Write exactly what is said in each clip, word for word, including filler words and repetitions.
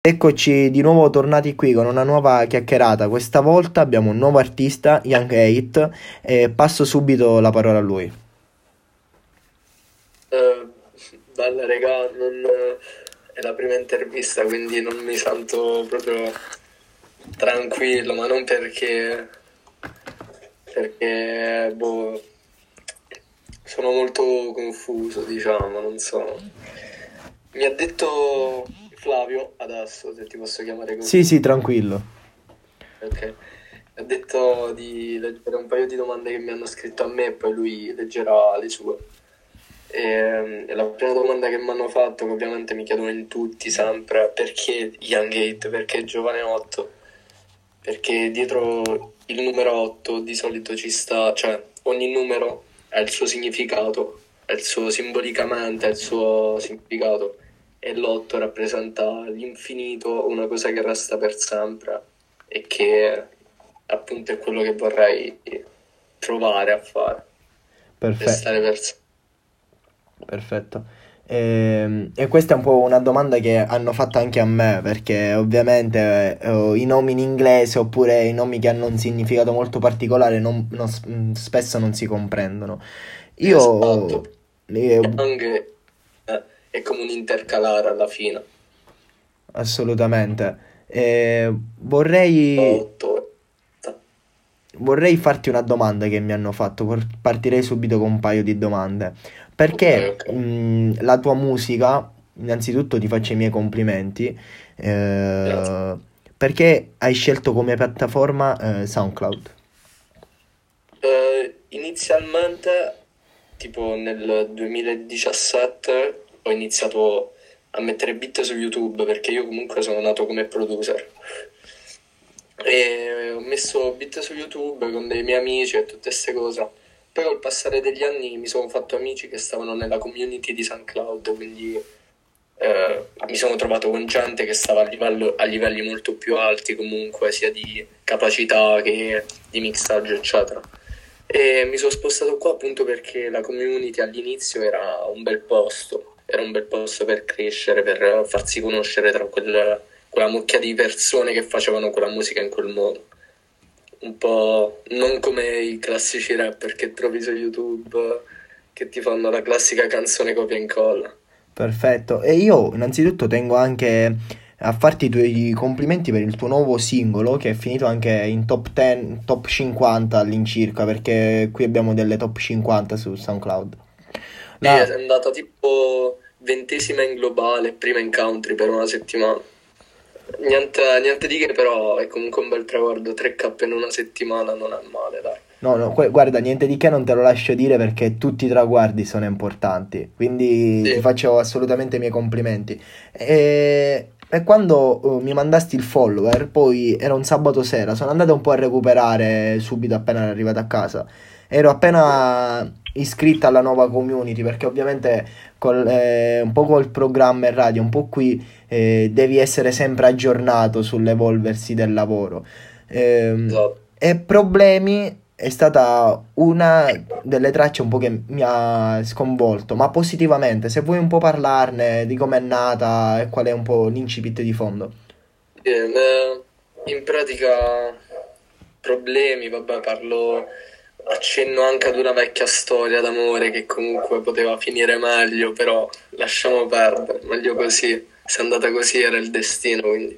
Eccoci di nuovo tornati qui con una nuova chiacchierata. Questa volta abbiamo un nuovo artista, Young Eight, e passo subito la parola a lui. Eh, bella regà, non, è la prima intervista, quindi non mi sento proprio tranquillo, ma non perché, perché boh, sono molto confuso, diciamo, non so. Mi ha detto Flavio, adesso, se ti posso chiamare così. Sì, sì, tranquillo. Ok. Mi ha detto di leggere un paio di domande che mi hanno scritto a me e poi lui leggerà le sue. E, e la prima domanda che mi hanno fatto, che ovviamente mi chiedono in tutti sempre, perché Young Eight, perché Giovane otto? Perché dietro il numero otto di solito ci sta, cioè ogni numero ha il suo significato, ha il suo simbolicamente, ha il suo significato, e l'otto rappresenta l'infinito, una cosa che resta per sempre e che appunto è quello che vorrei provare a fare, Perfetto. restare per sempre. Perfetto. E, e questa è un po' una domanda che hanno fatto anche a me, perché ovviamente eh, i nomi in inglese oppure i nomi che hanno un significato molto particolare non- non- spesso non si comprendono. Io Esatto, eh, Young eh, è come un intercalare alla fine. assolutamente eh, vorrei otto. Vorrei farti una domanda che mi hanno fatto, por- partirei subito con un paio di domande. Ok, Perché ok. mh, la tua musica, innanzitutto ti faccio i miei complimenti, Grazie. eh, perché hai scelto come piattaforma eh, SoundCloud? Eh, inizialmente, tipo nel duemiladiciassette, ho iniziato a mettere beat su YouTube perché io comunque sono nato come producer. E ho messo beat su YouTube con dei miei amici e tutte queste cose. Poi col passare degli anni mi sono fatto amici che stavano nella community di SoundCloud, quindi eh, mi sono trovato con gente che stava a, livello, a livelli molto più alti comunque, sia di capacità che di mixaggio, eccetera. E mi sono spostato qua appunto perché la community all'inizio era un bel posto, era un bel posto per crescere, per farsi conoscere tra quel, quella mucchia di persone che facevano quella musica in quel modo. Un po' non come i classici rapper che trovi su YouTube che ti fanno la classica canzone copia e incolla. Perfetto. E io innanzitutto tengo anche a farti i tuoi complimenti per il tuo nuovo singolo che è finito anche in top dieci, top cinquanta all'incirca, perché qui abbiamo delle top cinquanta su SoundCloud. E La, è andata tipo ventesima in globale, prima in country per una settimana. Niente, niente di che, però è comunque un bel traguardo. tre K in una settimana non è male, dai. No, no, que- guarda, niente di che non te lo lascio dire perché tutti i traguardi sono importanti, quindi ti Sì, faccio assolutamente i miei complimenti. E, e quando eh, mi mandasti il follower, poi era un sabato sera, sono andato un po' a recuperare subito appena ero arrivato a casa. Ero appena iscritto alla nuova community perché ovviamente col, eh, un po' col programma e radio, un po' qui eh, devi essere sempre aggiornato sull'evolversi del lavoro. Ehm, esatto. e problemi è stata una delle tracce un po' che mi ha sconvolto, ma positivamente. Se vuoi un po' parlarne di com'è nata e qual è un po' l'incipit di fondo. Sì, eh, in pratica problemi, vabbè, parlo, accenno anche ad una vecchia storia d'amore che comunque poteva finire meglio, però lasciamo perdere, meglio così. Se è andata così era il destino, quindi.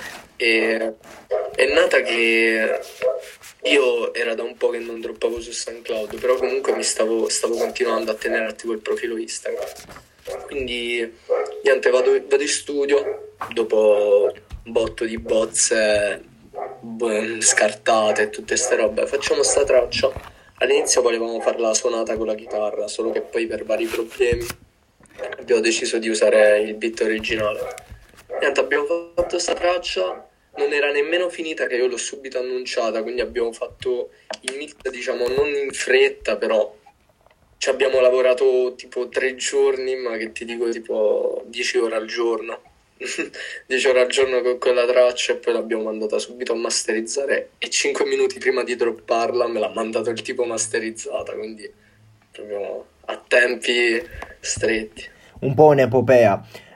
E è nata che io era da un po' che non droppavo su SoundCloud, però comunque mi stavo, stavo continuando a tenere attivo il profilo Instagram. Quindi niente, vado, vado in studio dopo un botto di bozze boh, scartate e tutte ste robe. Facciamo sta traccia. All'inizio volevamo farla suonata con la chitarra, solo che poi per vari problemi abbiamo deciso di usare il beat originale. Niente, abbiamo fatto sta traccia, non era nemmeno finita che io l'ho subito annunciata, quindi abbiamo fatto il mix, diciamo, non in fretta, però ci abbiamo lavorato tipo tre giorni, ma che ti dico tipo dieci ore al giorno. dieci ore al giorno con quella traccia e poi l'abbiamo mandata subito a masterizzare e cinque minuti prima di dropparla me l'ha mandato il tipo masterizzata, quindi proprio a tempi stretti. Un po' un'epopea.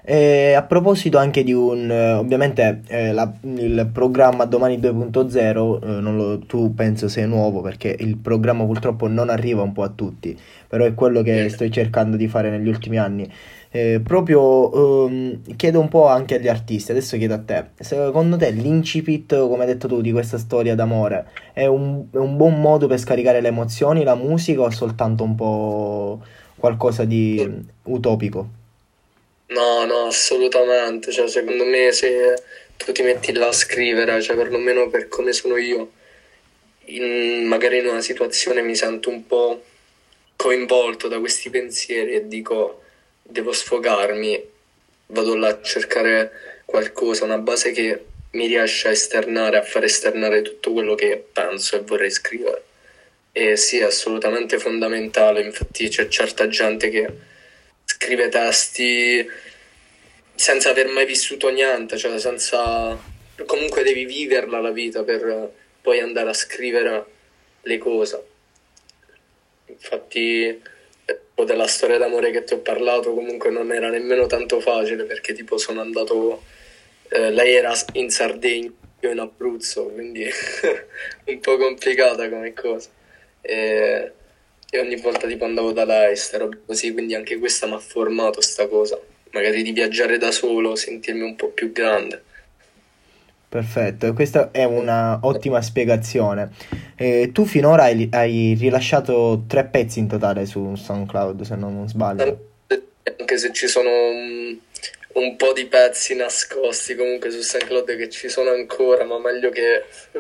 E a proposito anche di un, eh, ovviamente eh, la- il programma Domani due punto zero, eh, non lo- tu penso sei nuovo perché il programma purtroppo non arriva un po' a tutti, però è quello che Mm. sto cercando di fare negli ultimi anni. Eh, proprio ehm, chiedo un po' anche agli artisti, adesso chiedo a te, secondo te l'incipit, come hai detto tu, di questa storia d'amore è un, è un buon modo per scaricare le emozioni, la musica o soltanto un po' qualcosa di utopico? No, no, assolutamente. Cioè, secondo me se tu ti metti là a scrivere, cioè perlomeno per come sono io, in- magari in una situazione mi sento un po' coinvolto da questi pensieri e dico devo sfogarmi, vado là a cercare qualcosa, una base che mi riesce a esternare, a far esternare tutto quello che penso e vorrei scrivere. E sì, è assolutamente fondamentale, infatti c'è certa gente che scrive testi senza aver mai vissuto niente, cioè senza... comunque devi viverla la vita per poi andare a scrivere le cose. Infatti, eh, della storia d'amore che ti ho parlato, comunque non era nemmeno tanto facile perché tipo sono andato, eh, lei era in Sardegna, io in Abruzzo, quindi un po' complicata come cosa. E, e ogni volta tipo andavo da lei, ste robe così, quindi anche questa mi ha formato sta cosa, magari di viaggiare da solo, sentirmi un po' più grande. Perfetto, questa è una ottima spiegazione. Eh, tu finora hai, hai rilasciato tre pezzi in totale su SoundCloud, se non sbaglio. Anche se ci sono un, un po' di pezzi nascosti comunque su SoundCloud che ci sono ancora, ma meglio che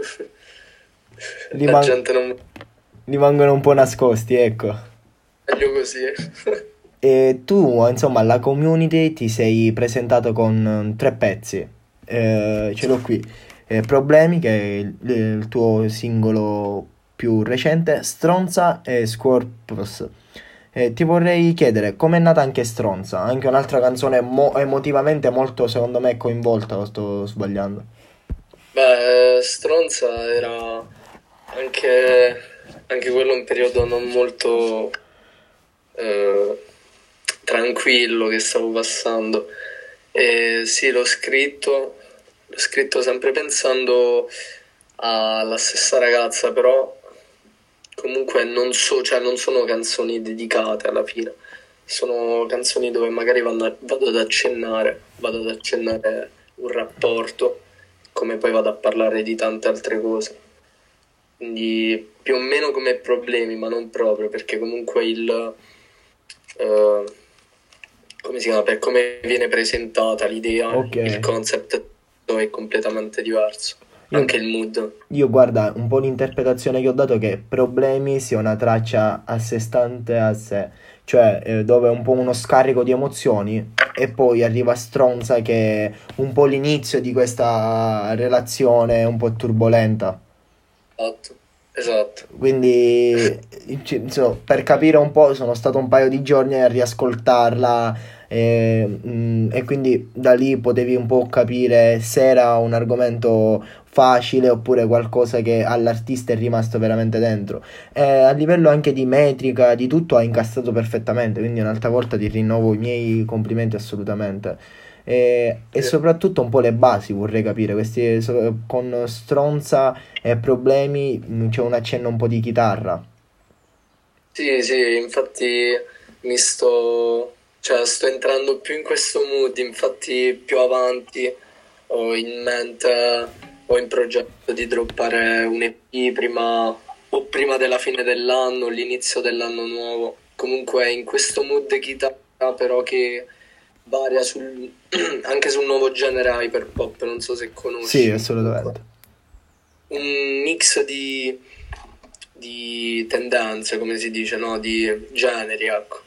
la Riman- gente non... rimangono un po' nascosti, ecco. meglio così. E tu, insomma, alla community ti sei presentato con eh, tre pezzi. Eh, ce l'ho qui. Eh, Problemi, che è il, il tuo singolo più recente, Stronza e Scorpus. Eh, ti vorrei chiedere com'è nata anche Stronza, anche un'altra canzone mo- emotivamente molto, secondo me, coinvolta, o sto sbagliando? Beh, Stronza era anche, anche quello un periodo non molto eh, tranquillo che stavo passando. E sì, l'ho scritto, l'ho scritto sempre pensando alla stessa ragazza, però comunque non so, cioè non sono canzoni dedicate alla fine, sono canzoni dove magari vanno- vado ad accennare, vado ad accennare un rapporto, come poi vado a parlare di tante altre cose. Quindi più o meno come problemi, ma non proprio, perché comunque il... eh, come si chiama? Per come viene presentata l'idea, Ok. il concept è completamente diverso. Io, Anche il mood. io guarda, un po' l'interpretazione che ho dato è che Problemi sia una traccia a sé stante a sé, cioè eh, dove è un po' uno scarico di emozioni e poi arriva Stronza che è un po' l'inizio di questa relazione un po' turbolenta. Esatto. Esatto. Quindi, ci- insomma, per capire un po', sono stato un paio di giorni a riascoltarla e, mm, e quindi da lì potevi un po' capire se era un argomento facile oppure qualcosa che all'artista è rimasto veramente dentro. E a livello anche di metrica, di tutto, ha incastrato perfettamente, quindi un'altra volta ti rinnovo i miei complimenti assolutamente. E, e Sì. soprattutto un po' le basi vorrei capire, questi, so- con Stronza e Problemi mm, c'è un accenno un po' di chitarra. Sì, sì, infatti mi sto, cioè, sto entrando più in questo mood, infatti più avanti ho in mente, ho in progetto di droppare un E P prima o prima della fine dell'anno, l'inizio dell'anno nuovo. Comunque in questo mood chitarra però che varia sul, anche sul nuovo genere hyperpop, non so se Sì, conosci. Comunque assolutamente. un mix di, di tendenze, come si dice, no? Di generi, ecco.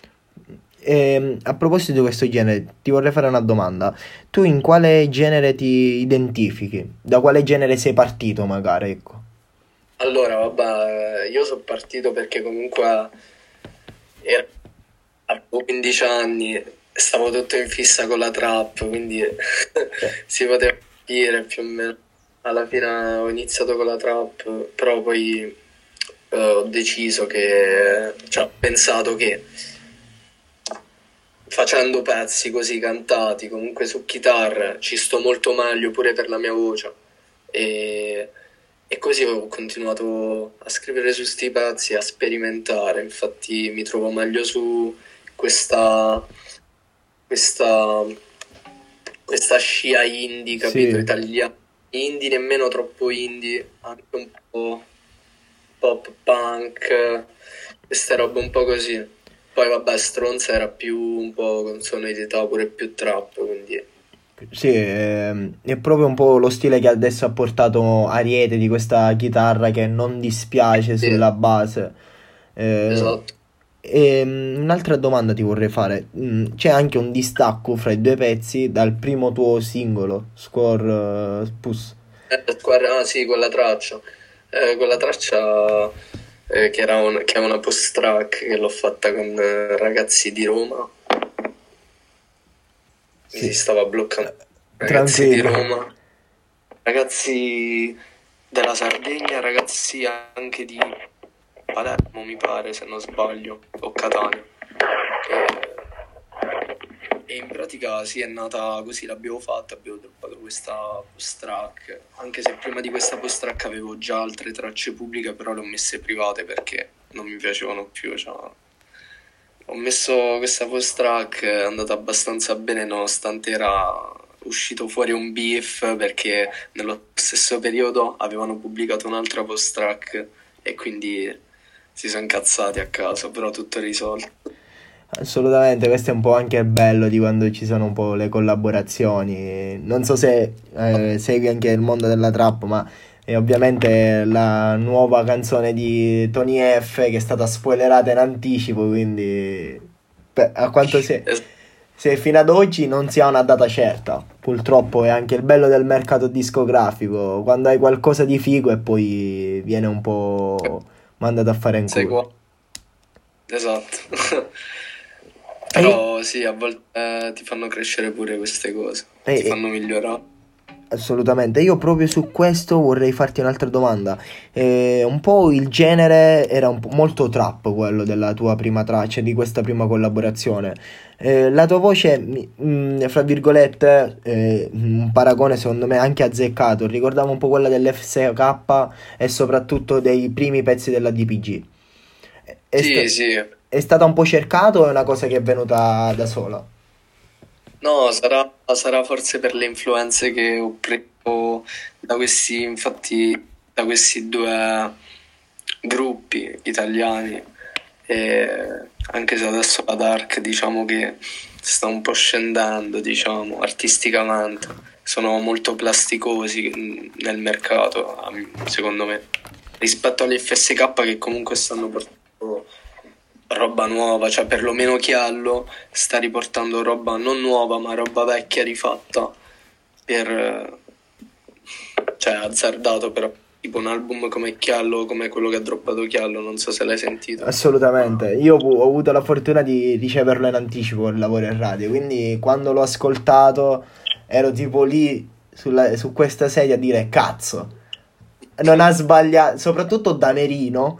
E, a proposito di questo genere, ti vorrei fare una domanda. Tu in quale genere ti identifichi? Da quale genere sei partito, magari, ecco. Allora, vabbè, io sono partito perché comunque ero- avevo quindici anni, stavo tutto in fissa con la trap, quindi Cioè, si poteva dire più o meno. Alla fine ho iniziato con la trap, però poi eh, ho deciso che, cioè ho pensato che facendo pezzi così cantati, comunque su chitarra, ci sto molto meglio pure per la mia voce. E, e così ho continuato a scrivere su sti pezzi, a sperimentare. Infatti mi trovo meglio su questa, questa, questa scia indie, capito? Sì. Italiana. Indie, nemmeno troppo indie, anche un po' pop punk, queste robe un po' così. Poi vabbè, Stronza era più un po' con sonorità pure più trap, quindi Sì, ehm, è proprio un po' lo stile che adesso ha portato Ariete di questa chitarra che non dispiace sì, sulla base. Eh, esatto. e mm, un'altra domanda ti vorrei fare. Mm, c'è anche un distacco fra i due pezzi dal primo tuo singolo, Score eh, Puss. Eh, guarda- ah sì, quella traccia. Eh, quella traccia eh, che era un- che è una post-track che l'ho fatta con eh, ragazzi di Roma. Mi si Sì, stava bloccando. Ragazzi di tranquillo. Roma, ragazzi della Sardegna, ragazzi anche di Palermo, mi pare, se non sbaglio, o Catania. E, e in pratica sì, è nata così, l'abbiamo fatta, abbiamo droppato questa post-track, anche se prima di questa post-track avevo già altre tracce pubbliche, però le ho messe private perché non mi piacevano più, cioè. Ho messo questa post-track, è andata abbastanza bene nonostante era uscito fuori un beef perché nello stesso periodo avevano pubblicato un'altra post-track e quindi si sono incazzati a caso, però tutto risolto. Assolutamente, questo è un po' anche il bello di quando ci sono un po' le collaborazioni. Non so se eh, segui anche il mondo della trap, ma è ovviamente la nuova canzone di Tony F che è stata spoilerata in anticipo, quindi beh, a quanto se, Es- se fino ad oggi non si ha una data certa. Purtroppo è anche il bello del mercato discografico, quando hai qualcosa di figo e poi viene un po' mandato a fare in Sai culo. qua? Esatto. E, Però sì, a volte eh, ti fanno crescere pure queste cose, e- ti e- fanno migliorare. Assolutamente, io proprio su questo vorrei farti un'altra domanda. Eh, un po' il genere era un po' molto trap quello della tua prima traccia, di questa prima collaborazione. Eh, la tua voce, mi- mm, fra virgolette, eh, un paragone secondo me anche azzeccato, ricordava un po' quella dell'F S K e soprattutto dei primi pezzi della D P G. È, sta- Sì, sì. è stata un po' cercato o è una cosa che è venuta da sola? No, sarà, sarà forse per le influenze che ho preso da questi, infatti, da questi due gruppi italiani. E anche se adesso la Dark, diciamo che sta un po' scendendo, diciamo, artisticamente. Sono molto plasticosi mm, nel mercato, a- secondo me, rispetto agli F S K che comunque stanno portando roba nuova, cioè perlomeno Chiallo sta riportando roba non nuova ma roba vecchia rifatta per eh, cioè azzardato, però tipo un album come Chiallo, come quello che ha droppato Chiallo, non so se l'hai sentito, ma Assolutamente, io ho ho avuto la fortuna di riceverlo in anticipo il lavoro in radio, quindi quando l'ho ascoltato ero tipo lì sulla- su questa sedia a dire cazzo, non ha sbagliato, soprattutto Damerino,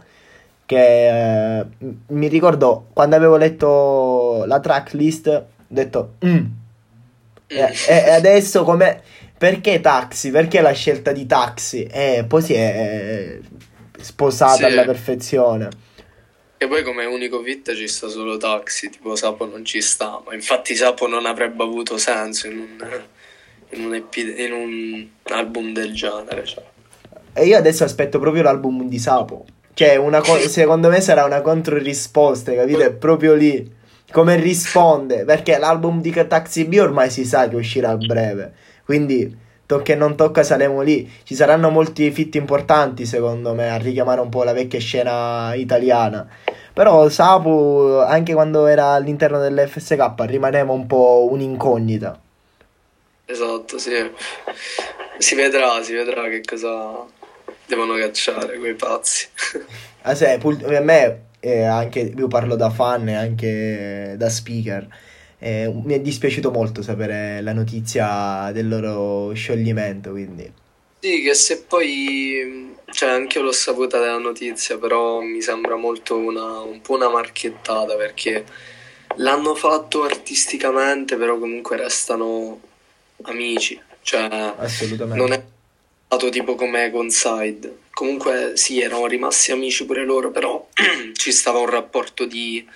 che eh, m- mi ricordo quando avevo letto la tracklist, ho detto "Mm". E, mm. e- e adesso come... Perché Taxi? Perché la scelta di Taxi? E poi si è sposata Sì, alla perfezione. e poi come unico fit ci sta solo Taxi, tipo Sapo non ci sta, ma infatti Sapo non avrebbe avuto senso in un, in un, E P in un album del genere, cioè. E io adesso aspetto proprio l'album di Sapo. Cioè, una co- secondo me sarà una controrisposta, capito? È proprio lì. Come risponde? Perché l'album di Taxi B ormai si sa che uscirà a breve. Quindi, tocca e non tocca, saremo lì. Ci saranno molti feat importanti, secondo me, a richiamare un po' la vecchia scena italiana. Però Sapo, anche quando era all'interno dell'F S K, rimaneva un po' un'incognita. Esatto, sì. Si vedrà, si vedrà che cosa devono cacciare quei pazzi. Ah, sì, pul- a me, eh, anche, io parlo da fan e anche da speaker, eh, mi è dispiaciuto molto sapere la notizia del loro scioglimento, quindi... Sì, che se poi, cioè anche io l'ho saputa della notizia, però mi sembra molto una, un po' una marchettata perché l'hanno fatto artisticamente, però comunque restano amici. Cioè, non Assolutamente. è stato tipo come con Side. Comunque sì, erano rimasti amici pure loro, però ci stava un rapporto di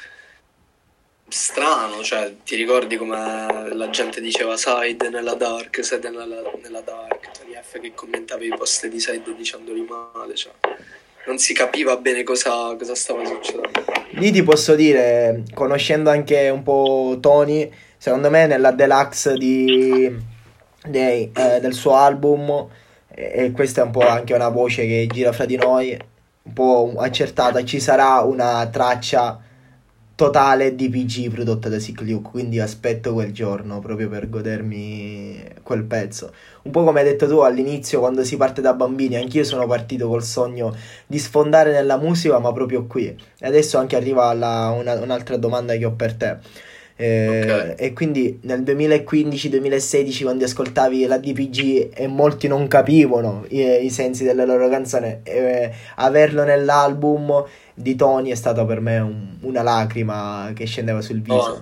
strano, cioè ti ricordi come la gente diceva Side nella dark, Side nella, nella dark, Tony F che commentava i post di Side dicendoli male, cioè non si capiva bene cosa, cosa stava succedendo. Lì ti posso dire, conoscendo anche un po' Tony, secondo me nella deluxe di, dei- eh, del suo album, e, e questa è un po' anche una voce che gira fra di noi, un po' accertata, ci sarà una traccia totale D P G prodotta da Sick Luke, quindi aspetto quel giorno proprio per godermi quel pezzo. Un po' come hai detto tu all'inizio, quando si parte da bambini, anch'io sono partito col sogno di sfondare nella musica, ma proprio qui. E adesso anche arriva alla- una- un'altra domanda che ho per te. Ok. Eh, e quindi nel duemilaquindici-duemilasedici, quando ascoltavi la D P G e molti non capivano i, i sensi delle loro canzoni, eh, averlo nell'album di Tony è stata per me un- una lacrima che scendeva sul No, viso.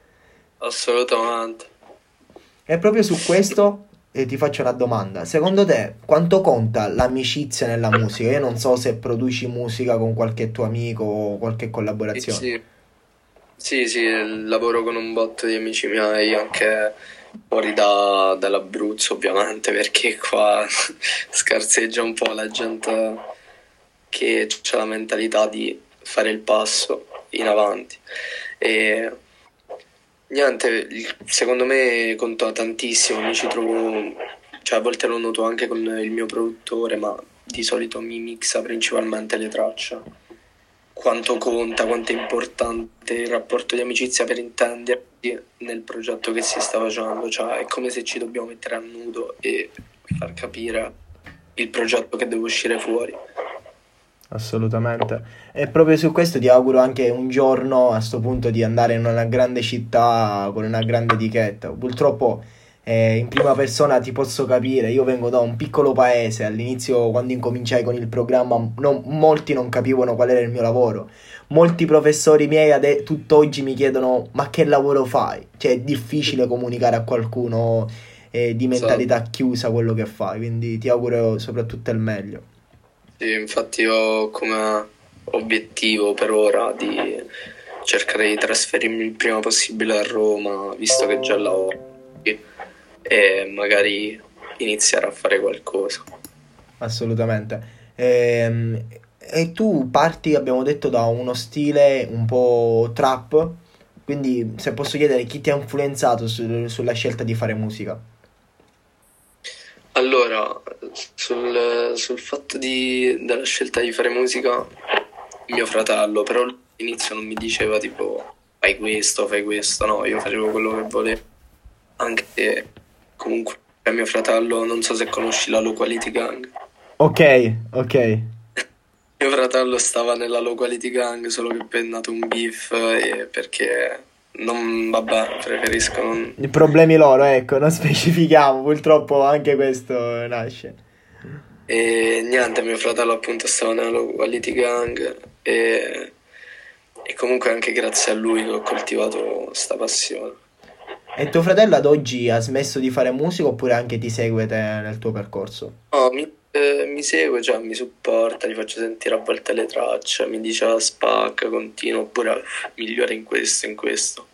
assolutamente. E proprio su questo eh, ti faccio una domanda. Secondo te quanto conta l'amicizia nella musica? Io non so se produci musica con qualche tuo amico o qualche Sì, collaborazione. sì, sì, sì, lavoro con un botto di amici miei anche fuori da- dall'Abruzzo, ovviamente, perché qua scarseggia un po' la gente che ha la mentalità di fare il passo in avanti. E niente, il- secondo me conta tantissimo, mi ci trovo, cioè a volte lo noto anche con il mio produttore, ma di solito mi mixa principalmente le tracce. Quanto conta, quanto è importante il rapporto di amicizia per intendersi nel progetto che si sta facendo, cioè è come se ci dobbiamo mettere a nudo e far capire il progetto che deve uscire fuori. Assolutamente. E proprio su questo ti auguro anche un giorno a sto punto di andare in una grande città con una grande etichetta. Purtroppo eh, in prima persona ti posso capire, io vengo da un piccolo paese, all'inizio quando incominciai con il programma non- molti non capivano qual era il mio lavoro. Molti professori miei ade- tutt'oggi mi chiedono ma che lavoro fai? Cioè è difficile comunicare a qualcuno eh, di Esatto. mentalità chiusa quello che fai, quindi ti auguro soprattutto il meglio. Sì, infatti ho come obiettivo per ora di cercare di trasferirmi il prima possibile a Roma, visto che già la ho, e magari iniziare a fare qualcosa. Assolutamente. Ehm, E, tu parti, abbiamo detto, da uno stile un po' trap, quindi se posso chiedere chi ti ha influenzato su- sulla scelta di fare musica? Allora, sul, sul fatto di- della scelta di fare musica, mio fratello, però all'inizio non mi diceva tipo fai questo, fai questo, no, io facevo quello che volevo, anche se comunque mio fratello, non so se conosci la Loquality Gang. Ok, ok. Mio fratello stava nella Loquality Gang, solo che poi è nato un beef e perché non, vabbè, preferisco non. I problemi loro, ecco, non specifichiamo, purtroppo anche questo nasce. E niente, mio fratello appunto stava nella Quality Gang e, e comunque anche grazie a lui che ho coltivato sta passione. E tuo fratello ad oggi ha smesso di fare musica oppure anche ti segue te nel tuo percorso? No, mi, eh, mi segue, cioè mi supporta, gli faccio sentire a volte le tracce, mi dice "Ah, spacca, continua, oppure migliora in questo, in questo.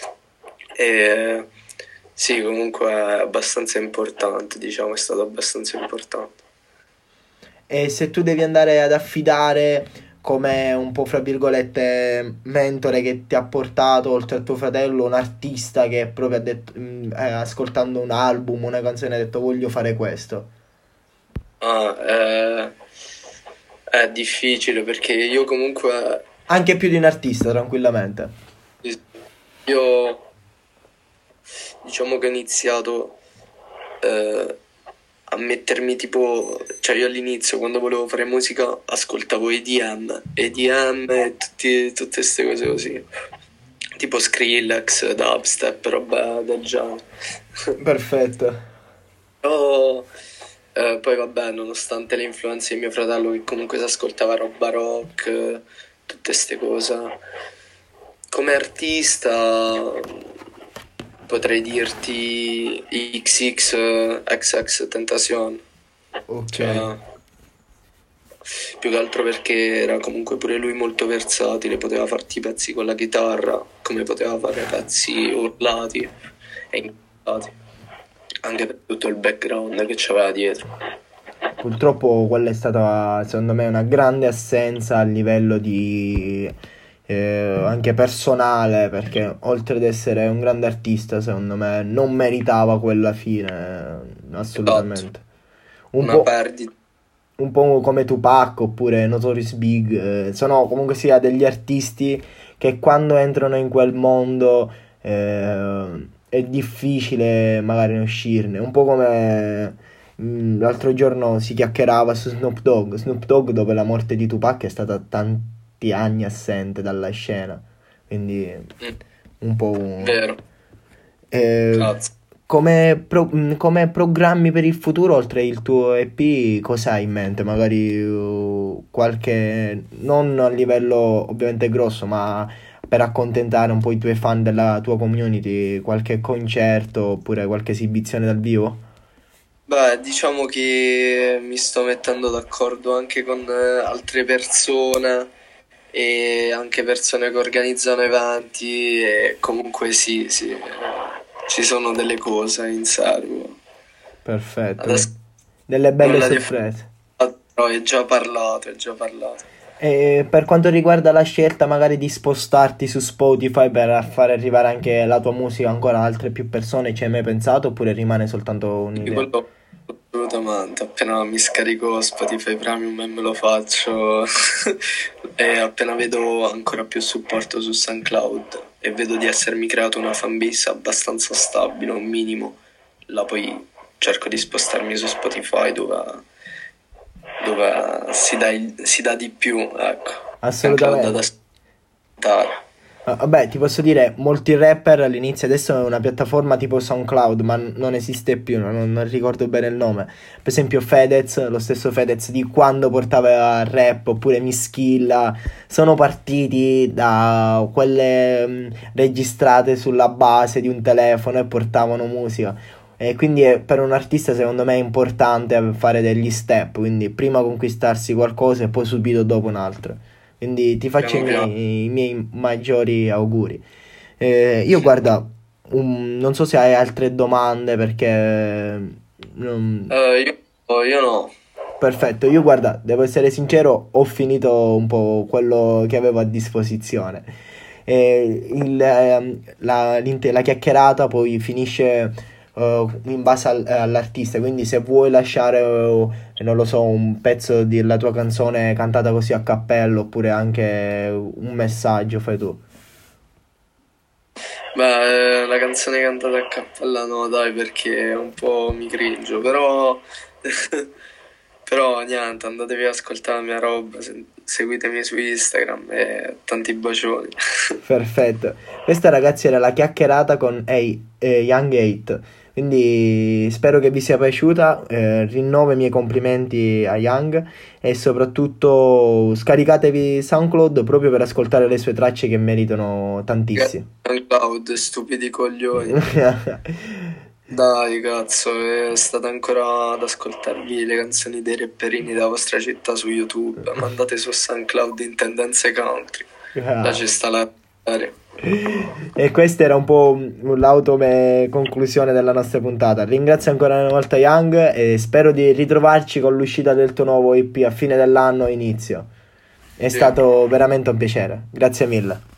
E sì, comunque è abbastanza importante, diciamo, è stato abbastanza importante. E se tu devi andare ad affidare come un po' fra virgolette mentore che ti ha portato oltre a tuo fratello un artista che proprio ha detto mh, eh, ascoltando un album, una canzone ha detto voglio fare questo. Ah, è, è difficile perché io comunque, Anche più di un artista, tranquillamente. io diciamo che ho iniziato eh, a mettermi tipo, cioè io all'inizio quando volevo fare musica ascoltavo E D M, E D M e tutti- tutte queste cose così, tipo Skrillex, dubstep, roba del genere. Perfetto. Però eh, poi vabbè, nonostante le influenze di mio fratello che comunque si ascoltava roba rock, eh, tutte queste cose, come artista potrei dirti X X X X Tentacion. Ok. Cioè, più che altro perché era comunque pure lui molto versatile, poteva farti i pezzi con la chitarra, come poteva fare pezzi urlati e incantati, anche per tutto il background che c'aveva dietro. Purtroppo quella è stata, secondo me, una grande assenza a livello di eh, anche personale, perché oltre ad essere un grande artista, secondo me non meritava quella fine, eh, assolutamente. Un Una po', perdita. un po' come Tupac oppure Notorious Big, eh, sono comunque sia degli artisti che quando entrano in quel mondo eh, è difficile magari ne uscirne, un po' come mh, l'altro giorno si chiacchierava su Snoop Dogg. Snoop Dogg, dopo la morte di Tupac, è stata tanti anni assente dalla scena, quindi Mm, un po' un... vero, eh, grazie. come, pro- mh, come programmi per il futuro, oltre il tuo E P, cosa hai in mente? Magari uh, qualche, non a livello ovviamente grosso, ma per accontentare un po' i tuoi fan della tua community, qualche concerto oppure qualche esibizione dal vivo? Beh, diciamo che mi sto mettendo d'accordo anche con eh, altre persone e anche persone che organizzano eventi e comunque sì, sì, eh, ci sono delle cose in serbo. Perfetto, Adesso delle belle nulla di sorprese. fatto, però è già parlato, è già parlato. E per quanto riguarda la scelta magari di spostarti su Spotify per far arrivare anche la tua musica ancora a altre più persone, ci hai mai pensato oppure rimane soltanto Di un'idea? quello assolutamente, appena mi scarico Spotify Premium e me lo faccio e appena vedo ancora più supporto su SoundCloud e vedo di essermi creato una fanbase abbastanza stabile, un minimo, là poi cerco di spostarmi su Spotify dove, dove si dà, il- si dà di più, ecco. SoundCloud Assolutamente. da ascoltare. Ah, vabbè, ti posso dire, molti rapper all'inizio adesso è una piattaforma tipo SoundCloud, ma n- non esiste più, non, non ricordo bene il nome. Per esempio Fedez, lo stesso Fedez di quando portava rap, oppure Mischilla, sono partiti da quelle mh, registrate sulla base di un telefono e portavano musica. E quindi è- per un artista secondo me è importante fare degli step, quindi prima conquistarsi qualcosa e poi subito dopo un altro. Quindi ti faccio i Piano piano. miei, i miei maggiori auguri. Eh, io guarda, un- non so se hai altre domande perché... non- Eh, io, io no. Perfetto, io guarda, devo essere sincero, ho finito un po' quello che avevo a disposizione. Eh, il, ehm, la, l'inte- la chiacchierata poi finisce eh, in base al- all'artista, quindi se vuoi lasciare, eh, non lo so, un pezzo della tua canzone cantata così a cappello, oppure anche un messaggio, fai tu. Beh, eh, la canzone cantata a cappella no, dai, perché un po' mi cringio, però... però niente, andatevi ad ascoltare la mia roba, se- seguitemi su Instagram e tanti bacioni. Perfetto. Questa ragazzi era la chiacchierata con Hey, eh, Young eight. Quindi spero che vi sia piaciuta. Eh, rinnovo i miei complimenti a Young e soprattutto scaricatevi SoundCloud proprio per ascoltare le sue tracce che meritano tantissimo. Cloud, stupidi coglioni. Dai, cazzo, è stata ancora ad ascoltarvi le canzoni dei rapperini della vostra città su YouTube. Mandate su SoundCloud in tendenze country. Là ci sta la serie. E questa era un po' l'autome conclusione della nostra puntata. Ringrazio ancora una volta Young e spero di ritrovarci con l'uscita del tuo nuovo E P a fine dell'anno o inizio. È Sì. stato veramente un piacere. Grazie mille.